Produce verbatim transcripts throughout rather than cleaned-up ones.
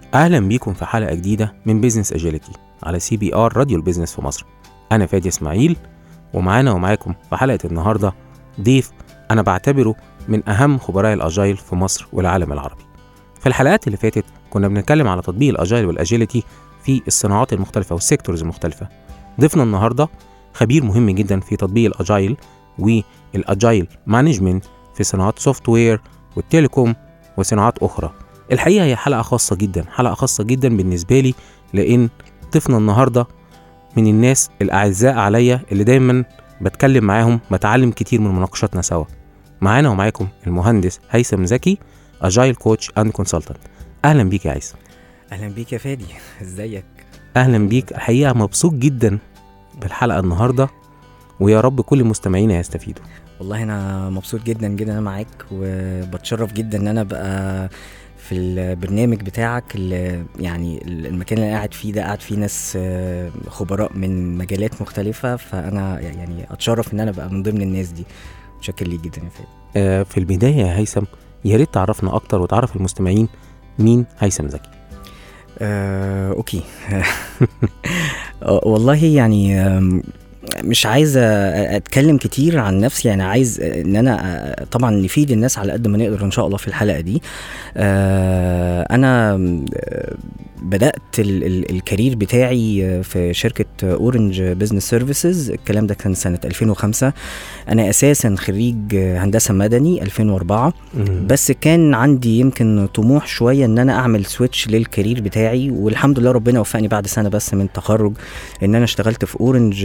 أهلا بيكم في حلقة جديدة من بيزنس أجيليتي على سي بي آر راديو البيزنس في مصر. أنا فادي إسماعيل، ومعانا ومعاكم في حلقة النهاردة ضيف أنا بعتبره من أهم خبراء الأجايل في مصر والعالم العربي. في الحلقات اللي فاتت كنا بنتكلم على تطبيق الأجايل والأجيليتي في الصناعات المختلفة والسيكتورز المختلفة. ضيفنا النهاردة خبير مهم جدا في تطبيق الأجايل والأجايل مانجمنت في صناعات سوفت وير والتيليكوم وصناعات أخرى. الحقيقة هي حلقة خاصة جدا حلقة خاصة جدا بالنسبة لي، لأن ضيفنا النهاردة من الناس الأعزاء عليا اللي دايما بتكلم معاهم، بتعلم كتير من مناقشاتنا سوا. معانا ومعاكم المهندس هيثم زكي، أجايل كوتش أند كونسلتنت. أهلا بيك يا هيثم. أهلا بيك يا فادي، إزيك؟ أهلا بيك. الحقيقة مبسوط جدا بالحلقة النهاردة، ويا رب كل مستمعينا يستفيدوا. والله أنا مبسوط جدا جدا أنا معاك، وبتشرف جدا أن أنا بقى في البرنامج بتاعك. اللي يعني المكان اللي قاعد فيه ده قاعد فيه ناس خبراء من مجالات مختلفة، فأنا يعني أتشرف أن أنا بقى من ضمن الناس دي. متشكر ليك جدا يا فادي. آه في البداية يا هيثم، يا ريت تعرفنا أكتر وتعرف المستمعين مين هيثم زكي. آه، أوكي. والله يعني مش عايز اتكلم كتير عن نفسي، يعني عايز ان انا طبعا نفيد الناس على قد ما نقدر ان شاء الله في الحلقة دي. انا بدأت الكارير بتاعي في شركة أورنج بيزنس سيرفيسز. الكلام ده كان سنة ألفين وخمسة. أنا أساسا خريج هندسة مدني ألفين وأربعة، بس كان عندي يمكن طموح شوية أن أنا أعمل سويتش للكارير بتاعي، والحمد لله ربنا وفقني بعد سنة بس من التخرج أن أنا اشتغلت في أورنج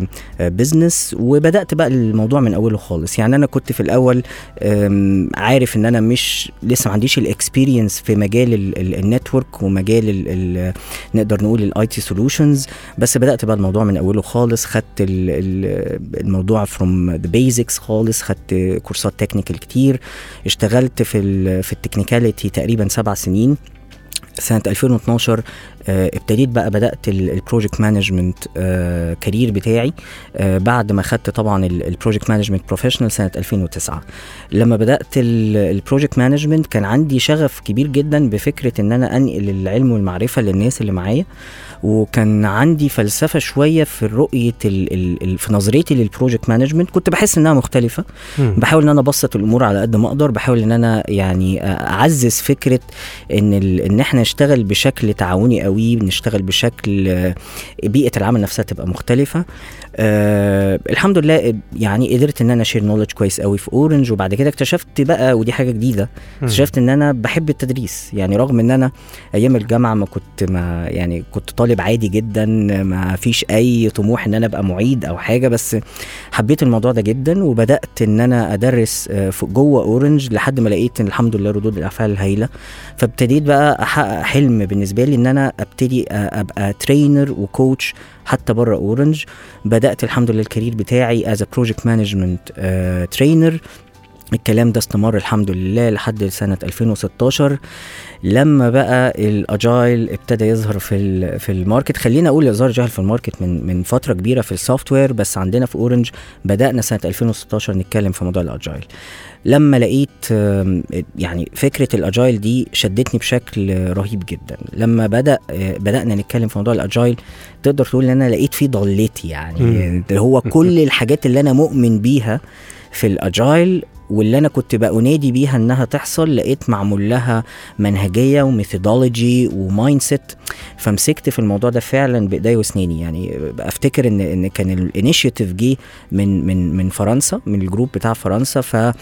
بيزنس، وبدأت بقى الموضوع من أوله خالص. يعني أنا كنت في الأول عارف أن أنا مش لسه ما عنديش الإكسبيرينس في مجال النتورك ومجال ال ال نقدر نقول الاي تي سولوشنز، بس بدأت بقى الموضوع من أوله خالص. خدت الموضوع from the basics خالص، خدت كورسات تكنيكال كتير، اشتغلت في في التكنيكاليتي تقريبا سبع سنين. سنة ألفين واثناشر اه ابتديت بقى بدأت البروجكت مانجمنت اه كارير بتاعي، اه بعد ما خدت طبعا البروجكت مانجمنت بروفيشنال سنة ألفين وتسعة. لما بدأت البروجكت مانجمنت كان عندي شغف كبير جدا بفكرة ان انا انقل العلم والمعرفة للناس اللي معايا، وكان عندي فلسفة شوية في الرؤية ال ال في نظريتي للبروجكت مانجمنت. كنت بحس انها مختلفة، م. بحاول ان انا ابسط الامور على قد ما اقدر، بحاول ان انا يعني اعزز فكرة ان ان احنا نشتغل بشكل تعاوني قوي، نشتغل بشكل بيئة العمل نفسها تبقى مختلفة. أه الحمد لله يعني قدرت ان انا شير نوليدج كويس قوي في اورنج. وبعد كده اكتشفت بقى، ودي حاجة جديدة، اكتشفت ان انا بحب التدريس. يعني رغم ان انا ايام الجامعة ما كنت ما يعني كنت طالب عادي جدا، ما فيش اي طموح ان انا ابقى معيد او حاجة، بس حبيت الموضوع ده جدا، وبدأت ان انا ادرس جوه اورنج لحد ما لقيت ان الحمد لله ردود الافعال الهائلة. فابتديت بقى احقق حلم بالنسبة لي ان انا ابتدي ابقى ترينر وكوتش حتى بره اورنج. بدأت الحمد لله الكارير بتاعي as a project management uh, trainer. الكلام ده استمر الحمد لله لحد سنة ألفين وستاشر، لما بقى الاجايل ابتدى يظهر في في الماركت. خلينا اقول يظهر جاهل في الماركت من من فترة كبيرة في السوفت وير، بس عندنا في اورنج بدأنا سنة ألفين وستاشر نتكلم في موضوع الاجايل. لما لقيت يعني فكرة الاجايل دي شدتني بشكل رهيب جدا. لما بدأ بدأنا نتكلم في موضوع الاجايل، تقدر تقول ان انا لقيت فيه ضلتي، يعني هو كل الحاجات اللي انا مؤمن بيها في الاجايل واللي انا كنت بقى انادي بيها انها تحصل، لقيت معمول لها منهجيه وميثودولوجي ومايند سيت. فمسكت في الموضوع ده فعلا بايديا واسناني. يعني افتكر ان ان كان الانيشيتيف جه من من من فرنسا، من الجروب بتاع فرنسا.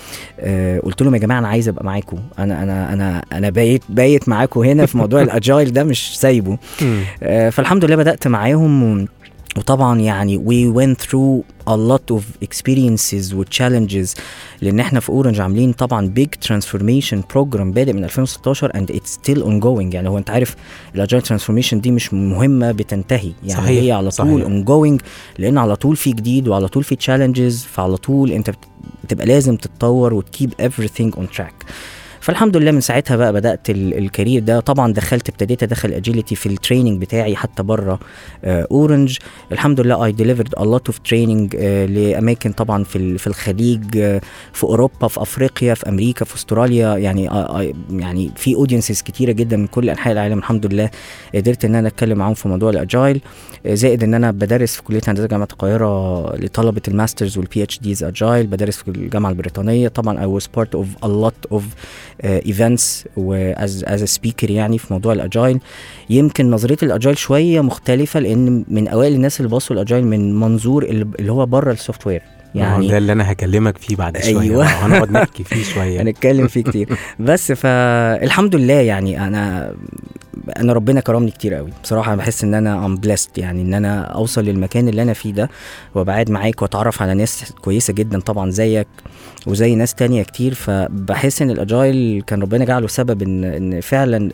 فقلت لهم يا جماعه انا عايز ابقى معاكم، انا انا انا انا بايت بايت معاكم هنا في موضوع الاجايل ده، مش سايبه. فالحمد لله بدات معاهم، وطبعا يعني we went through a lot of experiences و challenges، لان احنا في اورنج عاملين طبعا big transformation program بادئ من ألفين وستاشر and it's still ongoing. يعني هو انت عارف الاجايل transformation دي مش مهمة بتنتهي، يعني صحيح. هي على طول صحيح. ongoing، لان على طول في جديد وعلى طول في challenges، فعلى طول انت بتبقى لازم تتطور وتkeep everything on track. فالحمد لله من ساعتها بقى بدات الكارير ده. طبعا دخلت ابتديت ادخل اجيليتي في التريننج بتاعي حتى بره اورنج. الحمد لله اي ديليفرد ا لوت اوف تريننج لاماكن طبعا في في الخليج، في اوروبا، في افريقيا، في امريكا، في استراليا. يعني يعني في اودينسز كتيره جدا من كل انحاء العالم. الحمد لله قدرت ان انا اتكلم معاهم في موضوع الاجايل. زائد ان انا بدرس في كليه هندسه جامعه القاهره لطلبه الماسترز والبي اتش ديز اجايل، بدرس في الجامعه البريطانيه. طبعا I was part of a lot of uh, events و as, as a speaker يعني في موضوع الاجايل. يمكن نظريه الاجايل شويه مختلفه لان من اوائل الناس اللي بصوا الاجايل من منظور اللي هو بره السوفت وير. يعني ده اللي انا هكلمك فيه بعد شويه. أيوة. هنقعد نحكي فيه شويه هنتكلم فيه كتير. بس فالحمد لله يعني انا انا ربنا كرمني كتير قوي بصراحه. بحس ان انا ام بليست يعني ان انا اوصل للمكان اللي انا فيه ده وابعد معاك واتعرف على ناس كويسه جدا طبعا زيك وزي ناس تانية كتير. فبحس ان الاجايل كان ربنا جعله سبب ان ان فعلا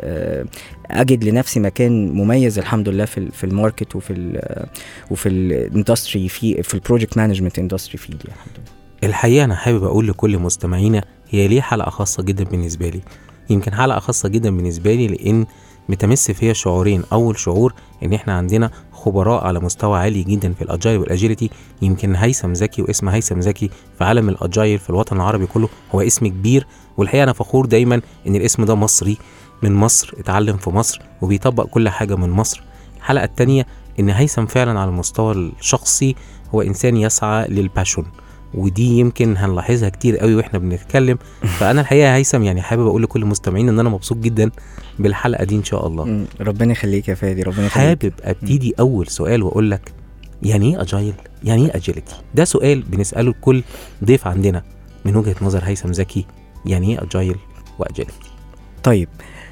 اجد لنفسي مكان مميز الحمد لله في في الماركت وفي ال وفي الاندستري في في البروجكت مانجمنت اندستري فيلد. الحمد لله. الحقيقه انا حابب اقول لكل مستمعينا هي ليه حلقه خاصه جدا بالنسبه لي. يمكن حلقه خاصه جدا بالنسبه لي لان متمس فيها شعورين. اول شعور ان احنا عندنا خبراء على مستوى عالي جدا في الاجايل والاجيليتي. يمكن هيثم زكي واسم هيثم زكي في عالم الاجايل في الوطن العربي كله هو اسم كبير، والحقيقه انا فخور دايما ان الاسم ده مصري من مصر، اتعلم في مصر وبيطبق كل حاجه من مصر. الحلقه الثانيه ان هيثم فعلا على المستوى الشخصي هو انسان يسعى للباشون، ودي يمكن هنلاحظها كتير قوي واحنا بنتكلم. فانا الحقيقه هيثم يعني حابب اقول لكل المستمعين ان انا مبسوط جدا بالحلقه دي ان شاء الله. ربنا يخليك يا فادي. ربنا يخليك. حابب ابتدي اول سؤال واقول لك يعني ايه اجايل؟ يعني ايه اجيليتي؟ ده سؤال بنساله لكل ضيف عندنا من وجهه نظر هيثم زكي. يعني ايه اجايل واجيليتي؟ طيب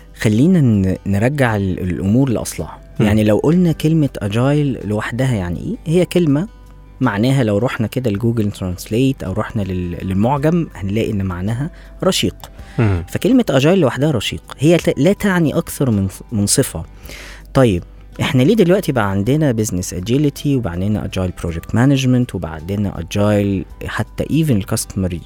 خلينا نرجع الامور لاصلها. يعني لو قلنا كلمه اجايل لوحدها يعني ايه، هي كلمه معناها لو رحنا كده لجوجل ترانسليت او رحنا للمعجم هنلاقي ان معناها رشيق. مم. فكلمه اجايل لوحدها رشيق، هي لا تعني اكثر من من صفه. طيب احنا ليه دلوقتي بقى عندنا بزنس اجيليتي وبقى عندنا اجايل بروجكت مانجمنت وبقى عندنا اجايل حتى ايفن الكاستمر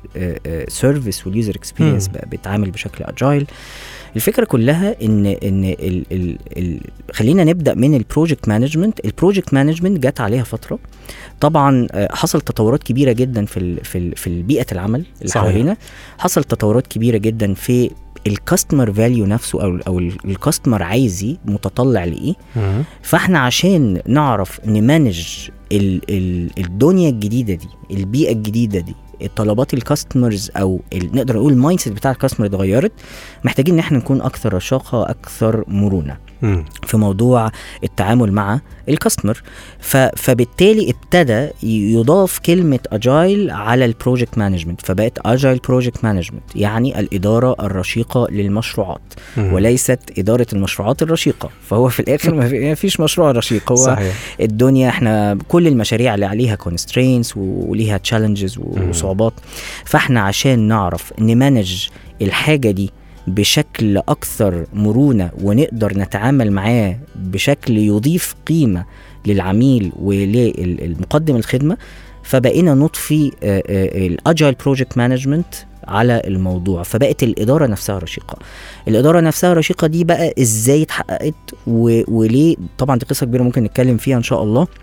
سيرفيس واليوزر اكسبيرينس بقى بيتعامل بشكل اجايل؟ الفكره كلها ان ان ال ال ال خلينا نبدا من البروجكت مانجمنت. البروجكت مانجمنت جت عليها فتره طبعا حصل تطورات كبيره جدا في ال في ال في بيئه العمل اللي حوالينا. حصل تطورات كبيره جدا في الكاستمر فاليو نفسه او او الكاستمر عايزي متطلع لايه. فاحنا عشان نعرف نمانج ال ال الدنيا الجديده دي، البيئه الجديده دي، الطلبات الكاستمرز او نقدر نقول المايند سيت بتاع الكاستمر اتغيرت، محتاجين ان احنا نكون اكثر رشاقه اكثر مرونه م. في موضوع التعامل مع الكاستمر. فبالتالي ابتدى يضاف كلمه اجايل على البروجكت مانجمنت، فبقت اجايل بروجكت مانجمنت يعني الاداره الرشيقه للمشروعات م. وليست اداره المشروعات الرشيقه. فهو في الاخر ما فيش مشروع رشيق، هو صحيح. الدنيا احنا كل المشاريع اللي عليها كونسترينتس وليها تشالنجز وصعوبات. فاحنا عشان نعرف نمانج الحاجه دي بشكل اكثر مرونه ونقدر نتعامل معاه بشكل يضيف قيمه للعميل وللمقدم الخدمه، فبقينا نضفي الاجايل بروجكت مانجمنت على الموضوع. فبقت الاداره نفسها رشيقه. الاداره نفسها رشيقه دي بقى ازاي اتحققت وليه؟ طبعا دي قصه كبيره ممكن نتكلم فيها ان شاء الله.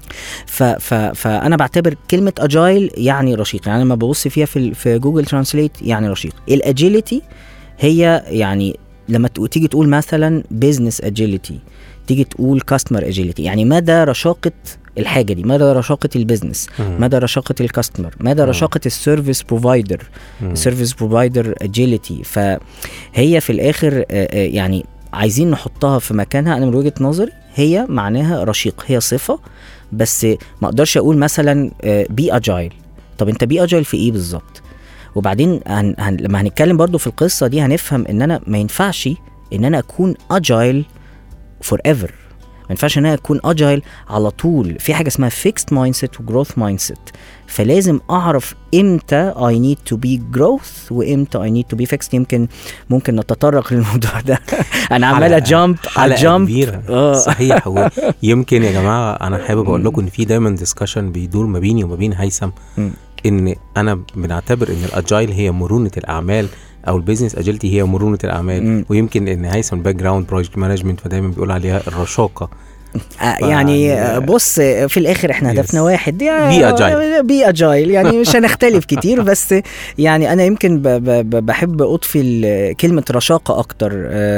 ف ف فانا بعتبر كلمه اجايل يعني رشيق، يعني لما ببص فيها في في جوجل ترانسليت يعني رشيق. الاجيليتي هي يعني لما تيجي تقول مثلا بيزنس اجيليتي، تيجي تقول كاستمر اجيليتي، يعني مدى رشاقه الحاجه دي، مدى رشاقه البيزنس، مدى رشاقه الكاستمر، مدى رشاقه السيرفيس بروفايدر، السيرفيس بروفايدر اجيليتي. فهي في الاخر يعني عايزين نحطها في مكانها. انا من وجهه نظري هي معناها رشيق، هي صفه، بس ما اقدرش اقول مثلا بي اجايل. طب انت بي اجايل في ايه بالظبط؟ وبعدين هن هن لما هنتكلم برضو في القصه دي هنفهم ان انا ما ينفعش ان انا اكون اجايل فور ايفر. ما ينفعش ان انا اكون اجايل على طول. في حاجه اسمها فيكست مايند سيت وجروث مايند سيت. فلازم اعرف امتى I need to be growth وامتى I need to be fixed. يمكن ممكن نتطرق للموضوع ده. انا عماله جامب على جامب صحيح. هو يمكن يا جماعه انا حابب اقول لكم ان في دايما ديسكشن بيدور ما بيني وما بين هيثم ان انا بنعتبر ان الاجايل هي مرونه الاعمال او البيزنس اجيلتي هي مرونه الاعمال. م. ويمكن ان هيثم باك جراوند بروجكت مانجمنت فدايما بيقول عليها الرشاقه. يعني بص في الاخر احنا هدفنا واحد بي اجايل بي اجايل يعني مش هنختلف كتير بس يعني انا يمكن بحب اضفي كلمه رشاقه اكتر.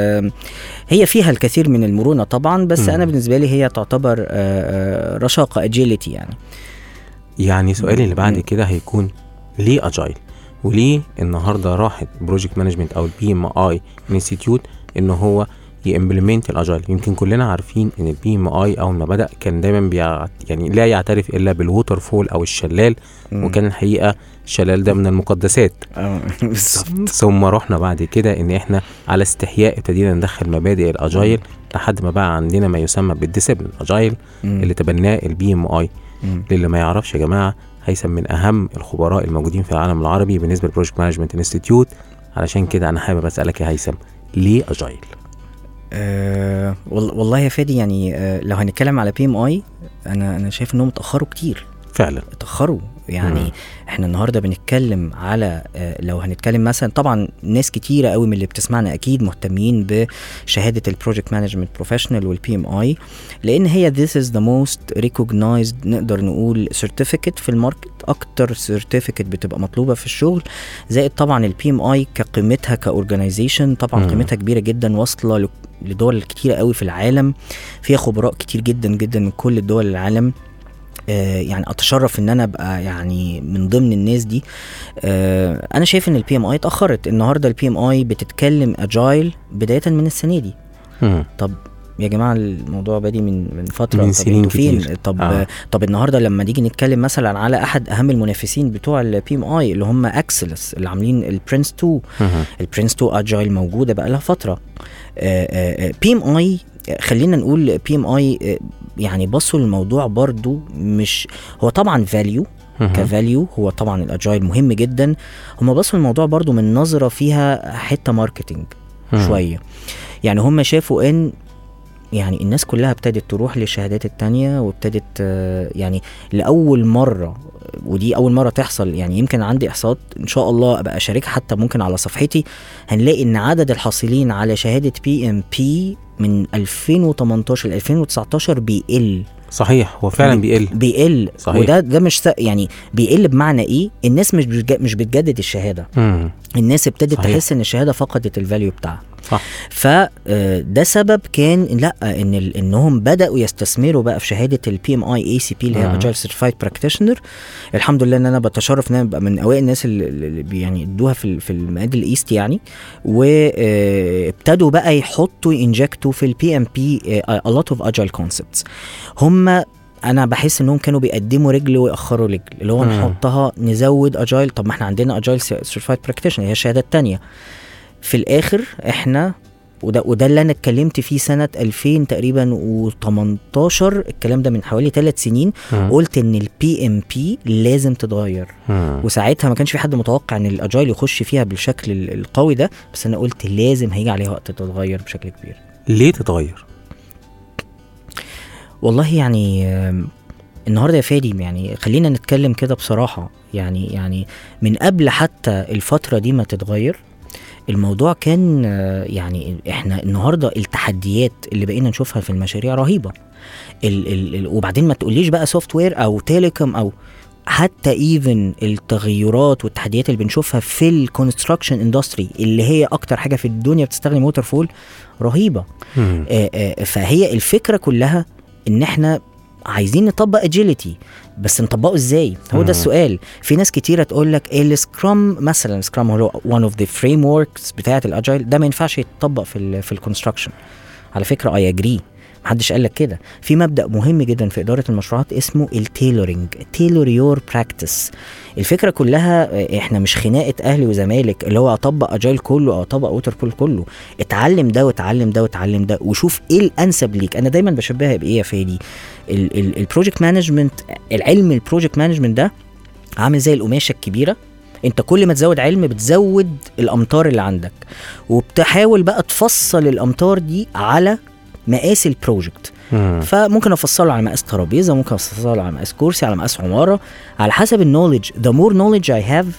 هي فيها الكثير من المرونه طبعا بس م. انا بالنسبه لي هي تعتبر رشاقه اجيلتي. يعني يعني سؤالي اللي بعد كده هيكون ليه اجايل وليه النهارده راحت بروجكت مانجمنت او البي ام اي انستيتيوت ان هو يمبلمنت الاجايل؟ يمكن كلنا عارفين ان البي ام اي اول ما بدا كان دايما بيع يعني لا يعترف الا بالووتر فول او الشلال. م. وكان الحقيقه الشلال ده من المقدسات. ثم رحنا بعد كده ان احنا على استحياء ابتدينا ندخل مبادئ الاجايل لحد ما بقى عندنا ما يسمى بالديسيبلين اجايل اللي تبناه البي ام اي. للي ما يعرفش يا جماعه هيثم من اهم الخبراء الموجودين في العالم العربي بالنسبه للبروجكت مانجمنت انستيتيوت. علشان كده انا حابب اسالك يا هيثم ليه اجايل؟ أه والله يا فادي يعني أه لو هنتكلم على بي ام اي انا انا شايف انهم اتاخروا كتير فعلا. اتاخروا يعني مم. احنا النهارده بنتكلم على أه لو هنتكلم مثلا طبعا ناس كتيره قوي من اللي بتسمعنا اكيد مهتمين بشهاده البروجكت مانجمنت بروفيشنال والبي ام اي لان هي this is the most recognized نقدر نقول certificate في الماركت. اكتر certificate بتبقى مطلوبه في الشغل زائد طبعا البي ام اي كقيمتها كاورجانيزيشن طبعا مم. قيمتها كبيره جدا واصله لدول كتيره قوي في العالم فيها خبراء كتير جدا جدا من كل الدول العالم. آه يعني اتشرف ان انا ابقى يعني من ضمن الناس دي. آه انا شايف ان البي ام اي اتاخرت. النهارده البي ام اي بتتكلم اجايل بدايه من السنه دي. مم. طب يا جماعه الموضوع بادي من من فتره من سنين طب كتير. طب آه. طب النهارده لما نيجي نتكلم مثلا على احد اهم المنافسين بتوع البي ام اي اللي هم اكسلس اللي عاملين البرنس تو. البرنس تو اجايل موجوده بقى لها فتره. بي ام اي خلينا نقول بي ام اي يعني بصوا الموضوع برضو مش هو طبعا فاليو كفاليو هو طبعا الاجايل مهم جدا. هم بصوا الموضوع برضو من نظره فيها حته ماركتينج شويه. يعني هم شافوا ان يعني الناس كلها ابتدت تروح للشهادات التانية وابتدت يعني لأول مرة ودي أول مرة تحصل. يعني يمكن عندي إحصاءات إن شاء الله أبقى أشاركها حتى ممكن على صفحتي. هنلاقي إن عدد الحاصلين على شهادة بي ام بي من ألفين وتمنتاشر ل ألفين وتسعتاشر بيقل. صحيح هو فعلا بيقل بيقل صحيح. وده ده مش يعني بيقل بمعنى ايه؟ الناس مش مش بتجدد الشهاده. مم. الناس ابتدت صحيح. تحس ان الشهاده فقدت الفاليو بتاعها. صح. فده سبب كان لا ان انهم بداوا يستثمروا بقى في شهاده البي ام اي اي سي بي اللي هي اجايل سيرتيفايد براكتيشنر. الحمد لله ان انا بتشرف ان انا ابقى من اوائل الناس اللي يعني ادوها في في الميدل ايست يعني. وابتدوا بقى يحطوا انجكتوا في البي ام بي a lot of agile concepts. هم انا بحس انهم كانوا بيقدموا رجل ويأخروا رجل اللي هو نحطها نزود اجايل. طب ما احنا عندنا اجايل سيرتيفايد براكتيشنر هي الشهاده الثانيه. في الاخر احنا وده وده اللي انا اتكلمت فيه سنه ألفين تقريبا وتمنتاشر الكلام ده من حوالي ثلاث سنين. م. قلت ان البي ام بي لازم تتغير. م. وساعتها ما كانش في حد متوقع ان الاجايل يخش فيها بالشكل القوي ده بس انا قلت لازم هيجي عليها وقت تتغير بشكل كبير. ليه تتغير؟ والله يعني النهارده يا فادي يعني خلينا نتكلم كده بصراحه. يعني يعني من قبل حتى الفتره دي ما تتغير الموضوع كان يعني احنا النهارده التحديات اللي بقينا نشوفها في المشاريع رهيبه. ال ال ال وبعدين ما تقوليش بقى سوفت وير او تيليكوم او حتى ايفن التغيرات والتحديات اللي بنشوفها في الكونستراكشن اندستري اللي هي اكتر حاجه في الدنيا بتستخدم ووتر فول رهيبه. آآ آآ فهي الفكره كلها ان احنا عايزين نطبق اجيليتي بس نطبقه ازاي؟ هو ده السؤال. في ناس كتيره تقول لك السكرام مثلا سكرام هو one of the frameworks بتاعه الاجايل ده ما ينفعش يتطبق في ال في الكونستراكشن. على فكره اي اجري محدش قال لك كده. في مبدأ مهم جدا في إدارة المشروعات اسمه التيلورينج تيلور يور براكتس. الفكرة كلها احنا مش خناقة اهلي وزمالك اللي هو اطبق اجايل كله او اطبق ووتر فول كله. اتعلم ده واتعلم ده واتعلم ده وشوف ايه الانسب ليك. انا دايما بشبهها بايه يا فادي؟ البروجكت مانجمنت العلم البروجكت مانجمنت ده عامل زي القماشة الكبيرة. انت كل ما تزود علم بتزود الامتار اللي عندك وبتحاول بقى تفصل الامتار دي على مقاس البروجكت. فممكن افصله على مقاس ترابيزه، ممكن افصله على مقاس كرسي، على مقاس عماره، على حسب النوليدج. the more knowledge I have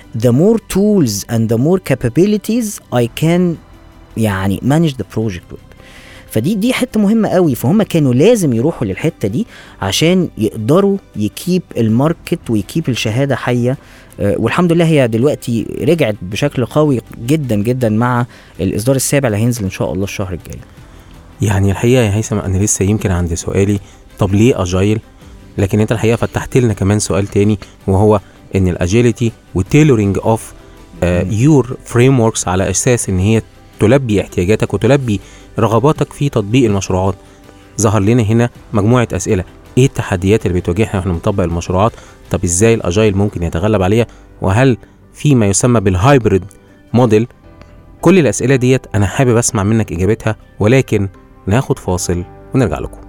the more tools and the more capabilities I can يعني manage the project with. فدي دي حته مهمه قوي. فهم كانوا لازم يروحوا للحته دي عشان يقدروا يكيب الماركت ويكيب الشهاده حيه. والحمد لله هي دلوقتي رجعت بشكل قوي جدا جدا مع الاصدار السابع اللي هينزل ان شاء الله الشهر الجاي. يعني الحقيقه يا هيثم انا لسه يمكن عندي سؤالي، طب ليه اجايل؟ لكن انت الحقيقه فتحت لنا كمان سؤال تاني، وهو ان الاجيليتي والتيلورينج اوف يور فريم وركس على اساس ان هي تلبي احتياجاتك وتلبي رغباتك في تطبيق المشروعات. ظهر لنا هنا مجموعه اسئله، ايه التحديات اللي بتواجهنا واحنا بنطبق المشروعات؟ طب ازاي الاجايل ممكن يتغلب عليها؟ وهل في ما يسمى بالهايبريد موديل؟ كل الاسئله ديت انا حابب اسمع منك اجابتها، ولكن ناخد فاصل ونرجع لكم.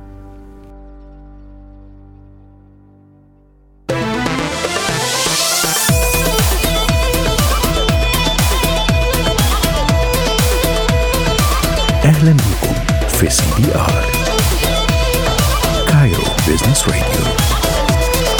أهلا بكم في سي بي آر كايرو بيزنس راديو.